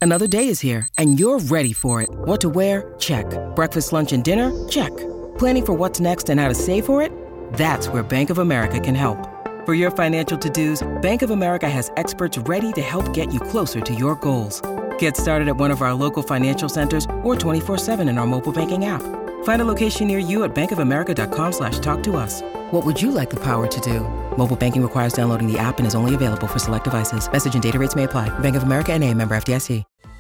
Another day is here, and you're ready for it. What to wear? Check. Breakfast, lunch, and dinner? Check. Planning for what's next and how to save for it? That's where Bank of America can help. For your financial to-dos, Bank of America has experts ready to help get you closer to your goals. Get started at one of our local financial centers or 24/7 in our mobile banking app. Find a location near you at bankofamerica.com/talktous. What would you like the power to do? Mobile banking requires downloading the app and is only available for select devices. Message and data rates may apply. Bank of America NA, member FDIC.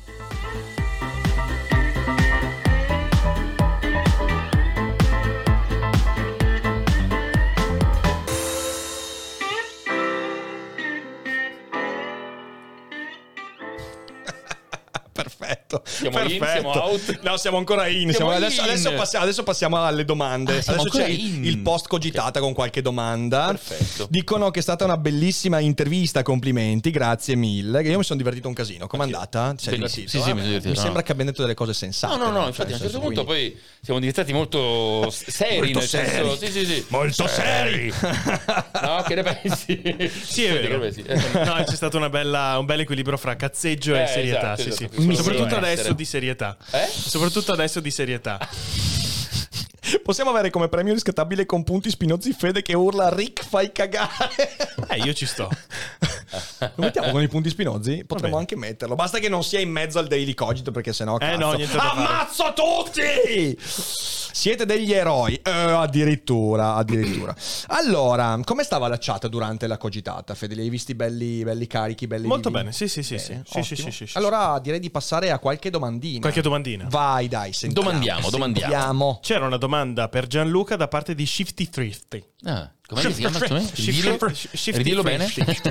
Siamo in, siamo out. No, siamo ancora in. Adesso passiamo alle domande. Adesso c'è il post cogitata con qualche domanda. Perfetto. Dicono che è stata una bellissima intervista, complimenti, grazie mille. Che io mi sono divertito un casino. Com'è andata? Sì, mi sono divertito. Mi sembra che abbia detto delle cose sensate. No, infatti a un certo punto poi siamo diventati molto seri. Molto seri. Sì. Molto seri. No, che ne pensi? Sì, è vero. No, c'è stato un bel equilibrio fra cazzeggio e serietà. Esatto. Soprattutto adesso di serietà. Soprattutto adesso di serietà. Possiamo avere come premio riscattabile con punti Spinozzi Fede che urla Rick fai cagare. Io ci sto. Lo mettiamo con i punti Spinozzi? Potremmo anche metterlo. Basta che non sia in mezzo al Daily Cogito, perché sennò cazzo. No, niente da fare. Ammazzo tutti! Siete degli eroi. Addirittura. Allora, come stava la chat durante la cogitata, Fede? Li hai visti belli carichi, belli molto vivi? bene, sì. Sì. Allora direi di passare a qualche domandina. Vai, dai, sentiamo. Domandiamo. C'era una domanda per Gianluca da parte di Shifty Thrifty. Come si chiama? Ridillo bene.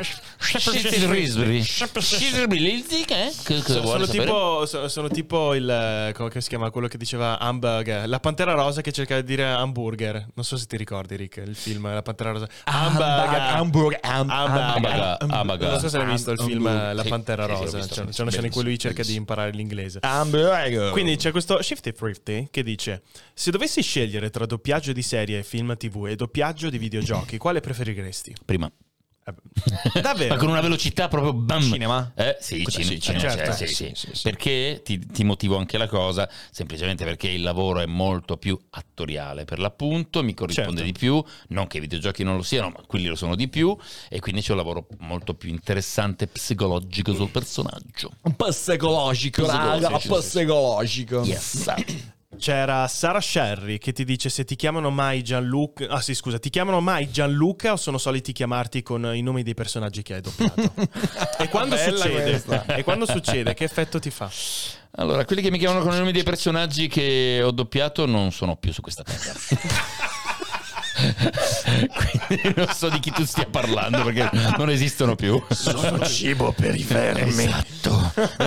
Sono tipo il come si chiama quello che diceva hamburger, la Pantera Rosa che cercava di dire hamburger. Non so se ti ricordi, Rick, il film La Pantera Rosa. Hamburger. Non so se hai visto il film La Pantera Rosa. C'è una scena in cui lui cerca di imparare l'inglese. Quindi c'è questo Shifty Thrifty che dice: se dovessi scegliere tra doppiaggio di serie, film TV e doppiaggio di videogiochi, quale preferiresti? Prima. Davvero? Ma con una velocità proprio bam. Cinema? Sì. Perché ti motivo anche la cosa, semplicemente perché il lavoro è molto più attoriale, per l'appunto, mi corrisponde di più, non che i videogiochi non lo siano, ma quelli lo sono di più, e quindi c'è un lavoro molto più interessante psicologico sul personaggio. Un po' psicologico. Yes. C'era Sara Sherry che ti dice: se ti chiamano mai Gianluca, ti chiamano mai Gianluca o sono soliti chiamarti con i nomi dei personaggi che hai doppiato? E quando succede, che effetto ti fa? Allora, quelli che mi chiamano con i nomi dei personaggi che ho doppiato non sono più su questa terra. Quindi non so di chi tu stia parlando, perché non esistono più. Sono cibo per i vermi. Esatto.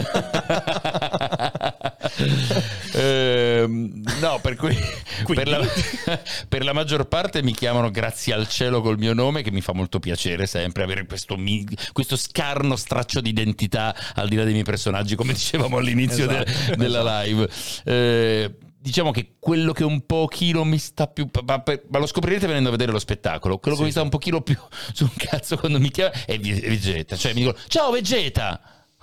No, per cui per la maggior parte mi chiamano grazie al cielo col mio nome, che mi fa molto piacere sempre avere questo scarno straccio di identità al di là dei miei personaggi, come dicevamo all'inizio della live. Diciamo che quello che un pochino mi sta più... Ma lo scoprirete venendo a vedere lo spettacolo. Quello che mi sta un pochino più su un cazzo quando mi chiama è Vegeta. Cioè mi dicono: ciao Vegeta!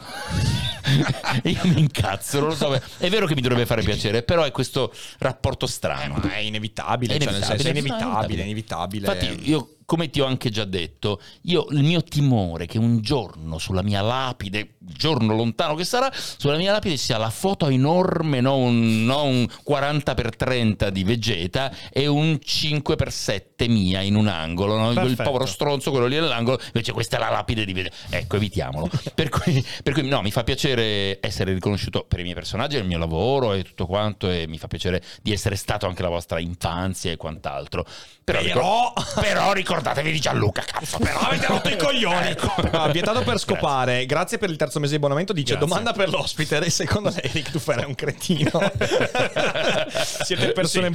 Io mi incazzo, non lo so. È vero che mi dovrebbe fare piacere, però è questo rapporto strano. Ma è inevitabile. È inevitabile. Infatti io, come ti ho anche già detto, il mio timore è che un giorno sulla mia lapide, giorno lontano che sarà, sulla mia lapide sia la foto enorme, non 40x30 di Vegeta e un 5x7 mia in un angolo, no? Il povero stronzo, quello lì nell'angolo, invece questa è la lapide di Vegeta. Ecco, evitiamolo. Per cui no, mi fa piacere essere riconosciuto per i miei personaggi, il mio lavoro e tutto quanto, e mi fa piacere di essere stato anche la vostra infanzia e quant'altro. Però ricordatevi di Gianluca, cazzo, però avete rotto i coglioni. Vietato per scopare. Grazie per il terzo mese di abbonamento. Dice: grazie. Domanda per l'ospite: secondo lei Rick Dufer è un cretino? Siete persone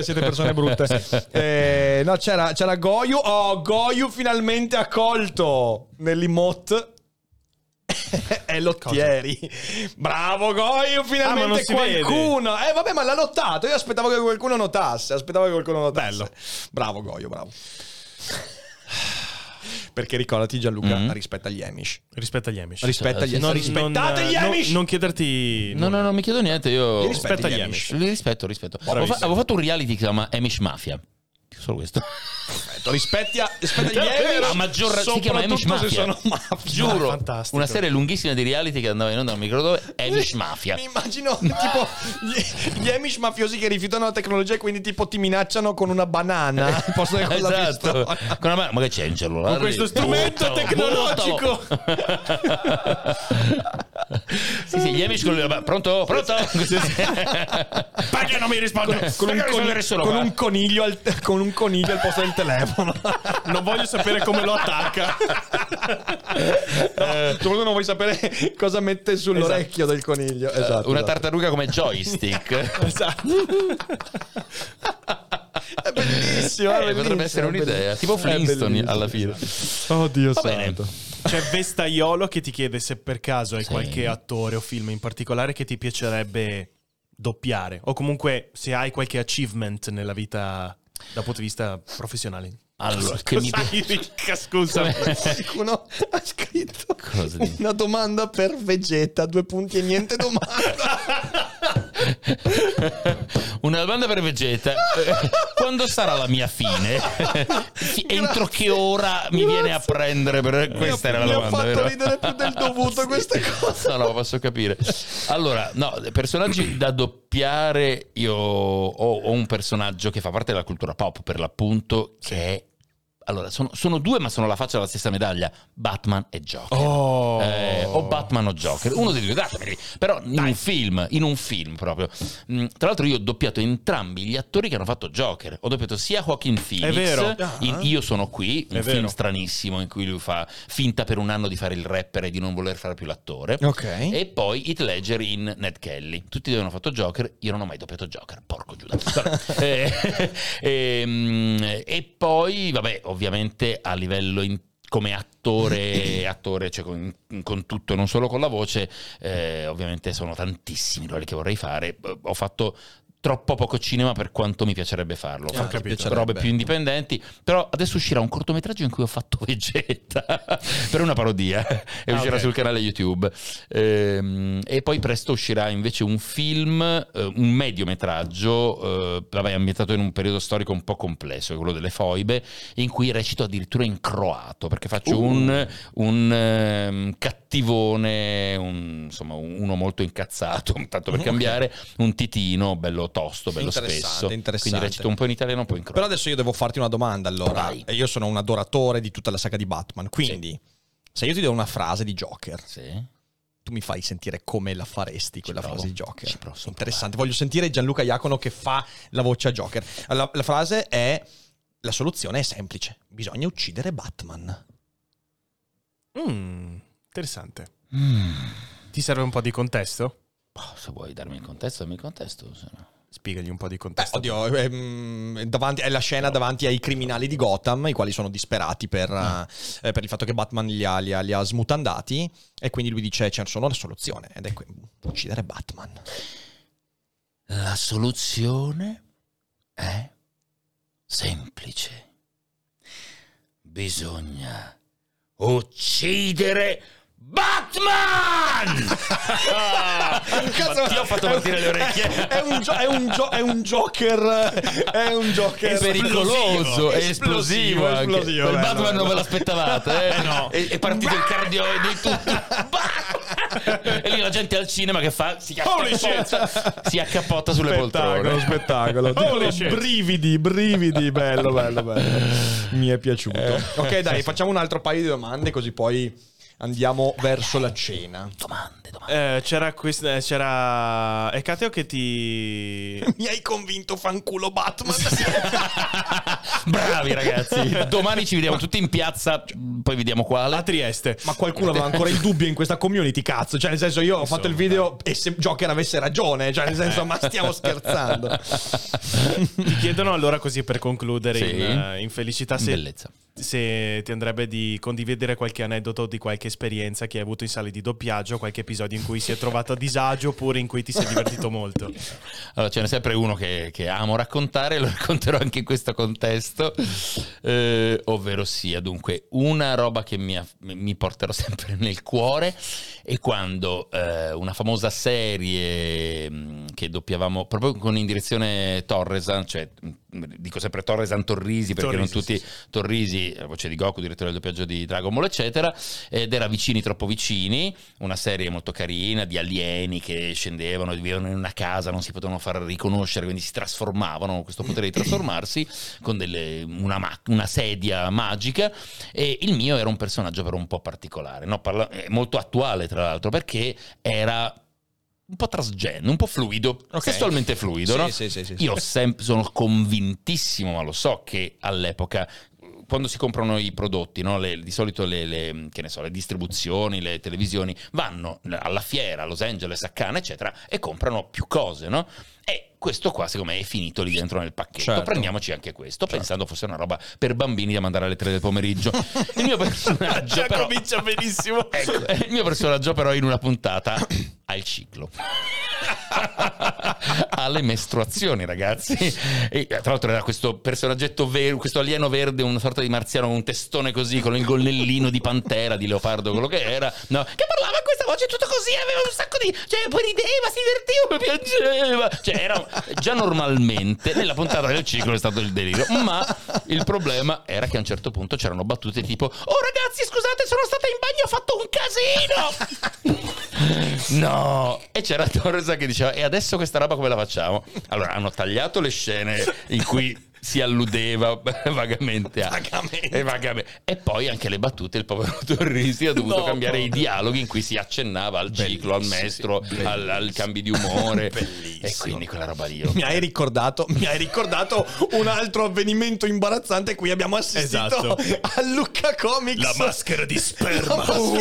brutte. No, c'era Goyu. Goyu finalmente accolto nell'emote. È Lottieri. Bravo Goyu, finalmente qualcuno. Vabbè, ma l'ha notato. Io aspettavo che qualcuno notasse. Bello. Bravo Goyu, bravo. Perché ricordati, Gianluca, rispetta gli Amish. Rispetta gli Amish. Rispettate gli Amish. Non chiederti... No, non mi chiedo niente, io... Rispetta gli Amish. Li rispetto. Avevo fatto un reality che si chiama Amish Mafia. Solo questo. Perfetto, rispetta gli Amish. A maggior si chiama Amish Mafia. Sono mafia. Giuro, fantastico. una serie lunghissima di reality che andava in onda, non mi ricordo dove. Amish Mafia. Mi immagino tipo gli Amish mafiosi che rifiutano la tecnologia e quindi tipo ti minacciano con una banana al posto con la pistola. Con una ma che c'è un cellulare? Con questo strumento tecnologico. Sì, gli Amish con pronto? Perché non mi risponde? Con un coniglio al posto del telefono. Non voglio sapere come lo attacca. Tu non vuoi sapere cosa mette sull'orecchio del coniglio. Esatto. Una tartaruga come joystick. Esatto. È bellissimo. Potrebbe essere un'idea. Tipo Flintstone alla fine. Oddio santo. C'è Vestaiolo che ti chiede se per caso hai qualche attore o film in particolare che ti piacerebbe doppiare, o comunque se hai qualche achievement nella vita dal punto di vista professionale. Allora, scusa. Qualcuno ha scritto una domanda per Vegeta, 2 punti e niente domanda. Una domanda per Vegeta. Quando sarà la mia fine? Entro che ora mi viene a prendere? Questa era la domanda. Mi ha fatto ridere più del dovuto queste cose. No, posso capire. Allora, no, personaggi da doppiare, io ho un personaggio che fa parte della cultura pop, per l'appunto, che è... Allora, sono due, ma sono la faccia della stessa medaglia: Batman e Joker. O Batman o Joker, uno dei due, datemi. Però in un film proprio. Tra l'altro io ho doppiato entrambi gli attori che hanno fatto Joker. Ho doppiato sia Joaquin Phoenix, è vero. in Io sono qui, un film stranissimo in cui lui fa finta per un anno di fare il rapper e di non voler fare più l'attore. Ok. E poi Heath Ledger in Ned Kelly. Tutti e due hanno fatto Joker, io non ho mai doppiato Joker, porco Giuda. E poi, vabbè, ovviamente a livello come attore, cioè con tutto, non solo con la voce, ovviamente sono tantissimi ruoli che vorrei fare. Ho fatto troppo poco cinema per quanto mi piacerebbe farlo. Ho fatto robe più indipendenti, però adesso uscirà un cortometraggio in cui ho fatto Vegeta per una parodia e uscirà sul canale YouTube, e poi presto uscirà invece un film, un mediometraggio, ambientato in un periodo storico un po' complesso, quello delle foibe, in cui recito addirittura in croato, perché faccio un cattivone, insomma uno molto incazzato, tanto per cambiare, un titino bello tosto, bello spesso. Quindi recito un po' in italiano, un po' in croato. Però adesso io devo farti una domanda, allora. Vai. Io sono un adoratore di tutta la saga di Batman, quindi se io ti do una frase di Joker, tu mi fai sentire come la faresti quella frase di Joker. Interessante. Voglio sentire Gianluca Iacono che fa la voce a Joker. La frase è: la soluzione è semplice, bisogna uccidere Batman. Interessante. Ti serve un po' di contesto? Se vuoi darmi il contesto, dammi il contesto. Spiegagli un po' di contesto. È la scena davanti ai criminali di Gotham, i quali sono disperati per il fatto che Batman li ha smutandati, e quindi lui dice: c'è solo una soluzione, ed è uccidere Batman. La soluzione è semplice. Bisogna uccidere Batman! Ti ho fatto partire le orecchie. È un Joker pericoloso e esplosivo. Il Batman non ve l'aspettavate, no. È partito il cardio di tutto. E lì la gente al cinema che fa si accappotta sulle poltrone. Spettacolo. Brividi, bello. Mi è piaciuto. Ok, dai, facciamo un altro paio di domande, così poi andiamo verso la cena. Domande. C'era Ecateo che ti... Mi hai convinto, fanculo Batman. Bravi ragazzi. Domani ci vediamo tutti in piazza, poi vediamo quale. A Trieste. Ma qualcuno aveva ancora il dubbio in questa community, cazzo. Cioè, nel senso, io ho fatto il video e se Joker avesse ragione, cioè, nel senso, ma stiamo scherzando. Ti chiedono allora, così per concludere in felicità, se bellezza, se ti andrebbe di condividere qualche aneddoto di qualche esperienza che hai avuto in sale di doppiaggio, qualche episodio in cui si è trovato a disagio oppure in cui ti sei divertito molto. Allora, ce n'è sempre uno che amo raccontare, lo racconterò anche in questo contesto, ovvero sia, dunque, una roba che mi porterò sempre nel cuore è quando una famosa serie che doppiavamo proprio con in direzione Torresan, cioè dico sempre Torresan Torrisi perché non tutti Torrisi, voce di Goku, direttore del doppiaggio di Dragon Ball eccetera, ed era Vicini troppo vicini, una serie molto carina di alieni che scendevano e vivevano in una casa, non si potevano far riconoscere, quindi si trasformavano, questo potere di trasformarsi con una sedia magica, e il mio era un personaggio però un po' particolare, no? Molto attuale tra l'altro, perché era un po' transgender, un po' fluido, sessualmente fluido, sì, no? Sì. Io sono convintissimo, ma lo so, che all'epoca, quando si comprano i prodotti, no? Di solito le distribuzioni, le televisioni vanno alla fiera a Los Angeles, a Cannes eccetera, e comprano più cose, no? E questo qua secondo me è finito lì dentro nel pacchetto, certo. Prendiamoci anche questo, pensando fosse una roba per bambini da mandare alle 3 del pomeriggio. Il mio personaggio Già però comincia benissimo. Ecco, il mio personaggio però in una puntata ha il ciclo. Ha le mestruazioni, ragazzi. E tra l'altro era questo personaggetto questo alieno verde, una sorta di marziano con un testone così, con il gonnellino di pantera, di leopardo, quello che era, no? Che parlava questa voce tutto così, aveva un sacco di, cioè poi rideva, si divertiva, mi piaceva, cioè era già normalmente nella puntata del ciclo è stato il delirio, ma il problema era che a un certo punto c'erano battute tipo: oh ragazzi scusate, sono stata in bagno, ho fatto un casino. No, e c'era Torresa che diceva: e adesso questa roba come la facciamo? Allora hanno tagliato le scene in cui si alludeva vagamente a e poi anche le battute. Il povero Torrisi ha dovuto cambiare i dialoghi in cui si accennava al ciclo, al mestro, al cambio di umore. Bellissimo. E quindi quella roba lì mi hai ricordato un altro avvenimento imbarazzante a cui abbiamo assistito a Lucca Comics. La maschera di sperma.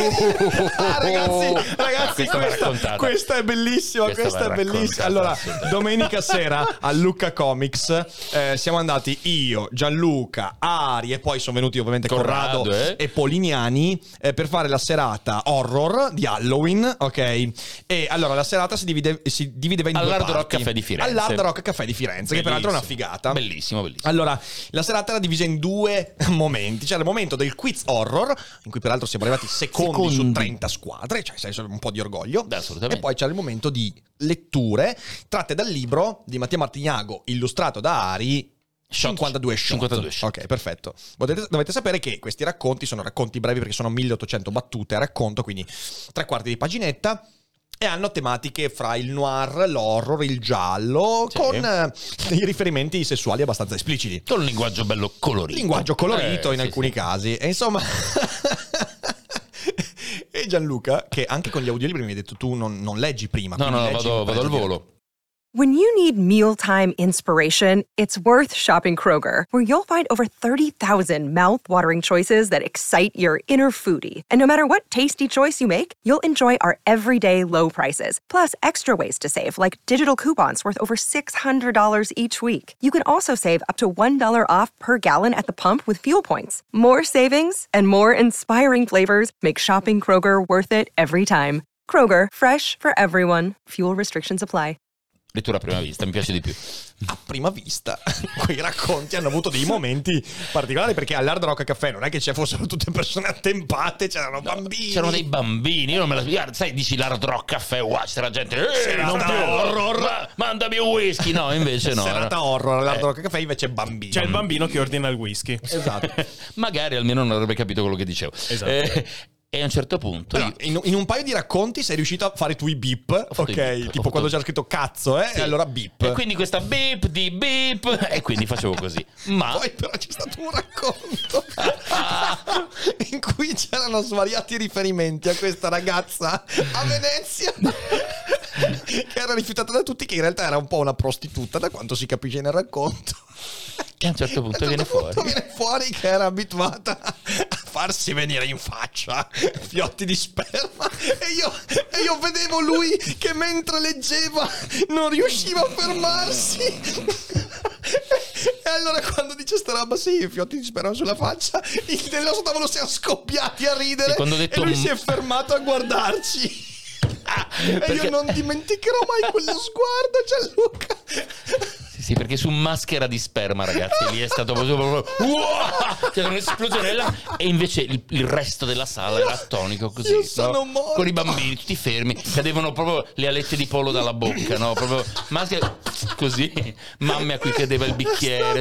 Ragazzi, questa è bellissima, questa è bellissima. Allora, domenica sera a Lucca Comics siamo andati io, Gianluca, Ari e poi sono venuti ovviamente Corrado e Polignani per fare la serata horror di Halloween, ok? E allora la serata si divideva in due parti. All'Hard Rock Café di Firenze. All'Hard Rock Café di Firenze, che peraltro è una figata. Bellissimo. Allora, la serata era divisa in due momenti. C'era il momento del quiz horror, in cui peraltro siamo arrivati secondi su 30 squadre, cioè sei un po' di orgoglio. Assolutamente. E poi c'era il momento di letture tratte dal libro di Mattia Martignago, illustrato da Ari, 52 shot. Ok, perfetto. Dovete sapere che questi racconti sono racconti brevi perché sono 1800 battute a racconto, quindi 3/4 di paginetta, e hanno tematiche fra il noir, l'horror, il giallo, con dei riferimenti sessuali abbastanza espliciti. Con un linguaggio bello colorito. Linguaggio colorito in alcuni casi. E insomma... E Gianluca, che anche con gli audiolibri mi hai detto tu non leggi prima. No, vado al volo. When you need mealtime inspiration, it's worth shopping Kroger, where you'll find over 30,000 mouth-watering choices that excite your inner foodie. And no matter what tasty choice you make, you'll enjoy our everyday low prices, plus extra ways to save, like digital coupons worth over $600 each week. You can also save up to $1 off per gallon at the pump with fuel points. More savings and more inspiring flavors make shopping Kroger worth it every time. Kroger, fresh for everyone. Fuel restrictions apply. Lettura a prima vista, mi piace di più. A prima vista, quei racconti hanno avuto dei momenti particolari, perché all'Hard Rock Café non è che ci fossero tutte persone attempate, c'erano bambini. C'erano dei bambini, io non me la... Sai, dici l'Hard Rock Café, wow, c'era gente... non più horror. Mandami un whisky. No, invece no. Serata horror, all'Hard Rock Café invece bambini. C'è il bambino che ordina il whisky. Esatto. Magari almeno non avrebbe capito quello che dicevo. Esatto. E a un certo punto in un paio di racconti sei riuscito a fare tu i beep, ok? Tipo quando c'era scritto cazzo, sì. E allora beep. E quindi questa beep di beep, e quindi facevo così. Ma poi però c'è stato un racconto in cui c'erano svariati riferimenti a questa ragazza a Venezia che era rifiutata da tutti, che in realtà era un po' una prostituta, da quanto si capisce nel racconto. E a un certo punto viene fuori che era abituata a farsi venire in faccia fiotti di sperma, e io vedevo lui che mentre leggeva non riusciva a fermarsi E allora quando dice sta roba, sì, i fiotti di sperma sulla faccia, nel nostro tavolo siamo scoppiati a ridere e lui si è fermato a guardarci. E io non dimenticherò mai quello sguardo, Gianluca. Sì, perché su Maschera di sperma, ragazzi, lì è stato proprio c'era un'esplosione là, e invece il resto della sala era attonico così. Io sono morto. Con i bambini tutti fermi, cadevano proprio le alette di pollo dalla bocca, no? Proprio Maschera così, mamme a cui cadeva il bicchiere,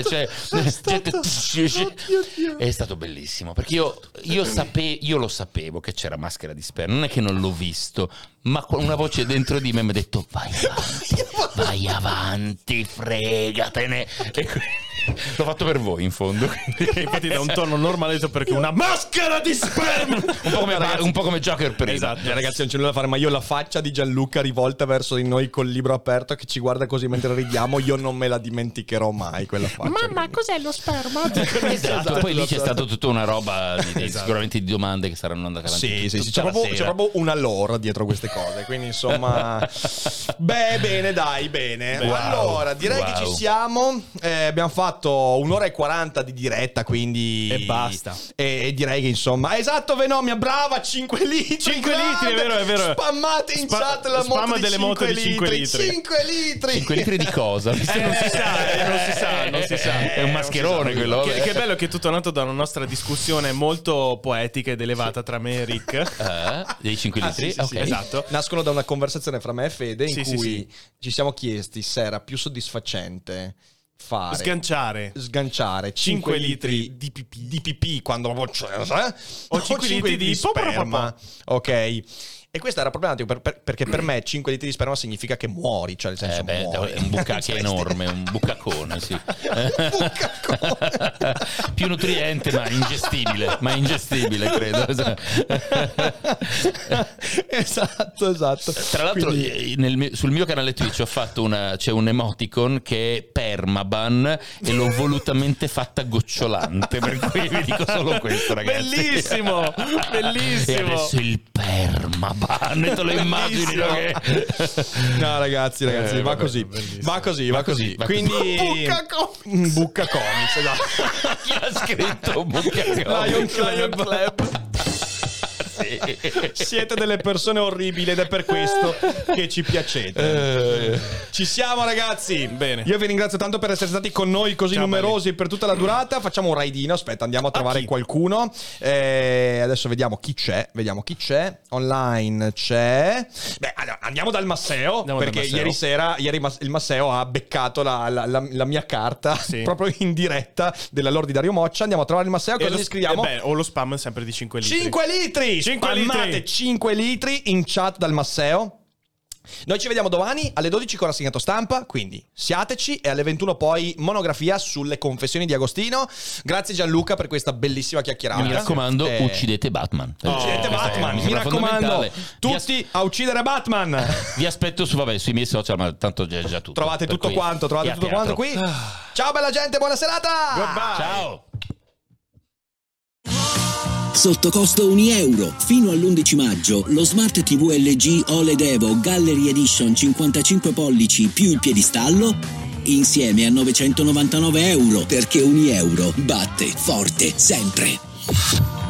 è stato bellissimo, perché io lo sapevo che c'era Maschera di sperma, non è che non l'ho visto, ma una voce dentro di me mi ha detto vai avanti, fregatene. E l'ho fatto per voi in fondo. Infatti da un tono normale perché una maschera di sperma. un po' come Joker prima. Esatto. Ragazzi, non c'è nulla da fare, ma io la faccia di Gianluca rivolta verso di noi col libro aperto che ci guarda così mentre ridiamo, io non me la dimenticherò mai quella faccia. Mamma, cos'è lo sperma? Esatto, poi lì c'è stata tutta una roba sicuramente di domande che saranno andate avanti. Sì, c'è proprio una lore dietro queste cose, quindi insomma bene, dai, bene. Wow, allora, direi che ci siamo, abbiamo fatto 1 ora e 40 di diretta, quindi e basta. E direi che insomma, esatto, Venomia, brava, 5 litri. 5 litri, è vero. Spammate in chat la moto di 5 litri. 5 litri. 5 litri di cosa? Non si sa. È un mascherone quello. Che bello che è tutto nato da una nostra discussione molto poetica ed elevata tra me e Rick. Dei 5 litri? Sì, Okay. Esatto. Nascono da una conversazione fra me e Fede in cui ci siamo chiesti se era più soddisfacente sganciare 5 litri di pipì quando o 5 litri di sperma. Ok. E questo era problematico perché per me 5 litri di sperma significa che muori, cioè nel senso muori. È un bucacchio enorme, un buccacone, sì. Buccacone. Più nutriente, ma ingestibile, credo. Esatto. Tra l'altro, sul mio canale Twitch ho fatto c'è un emoticon che è permaban e l'ho volutamente fatta gocciolante, per cui vi dico solo questo, ragazzi. Bellissimo. E adesso il permaban, te lo immagini, no? No, ragazzi, va così. Va così. Quindi Bucca Comics, esatto. Chi ha scritto Bucca Comics? Lion Club. Siete delle persone orribili ed è per questo che ci piacete. Ci siamo, ragazzi. Bene. Io vi ringrazio tanto per essere stati con noi così numerosi per tutta la durata. Facciamo un raidino. Aspetta, andiamo a trovare qualcuno. Adesso vediamo chi c'è. Online c'è. Beh, allora, andiamo dal Masseo. Ieri sera il Masseo ha beccato la mia carta proprio in diretta della Lord di Dario Moccia. Andiamo a trovare il Masseo. Cosa gli scriviamo? O lo spam sempre di 5 litri. 5 litri! Spammate 5 litri in chat dal Masseo. Noi ci vediamo domani alle 12 con rassegnato stampa, quindi siateci, e alle 21 poi monografia sulle confessioni di Agostino. Grazie Gianluca per questa bellissima chiacchierata. Mi raccomando, uccidete Batman. Uccidete Batman, mi raccomando, tutti a uccidere Batman. Vi aspetto sui miei social, ma tanto è già tutto. Trovate tutto quanto qui. Ciao bella gente, buona serata. Goodbye. Ciao. Sotto costo €1. Fino all'11 maggio lo Smart TV LG OLED Evo Gallery Edition 55 pollici più il piedistallo insieme a €999, perché €1 batte forte sempre.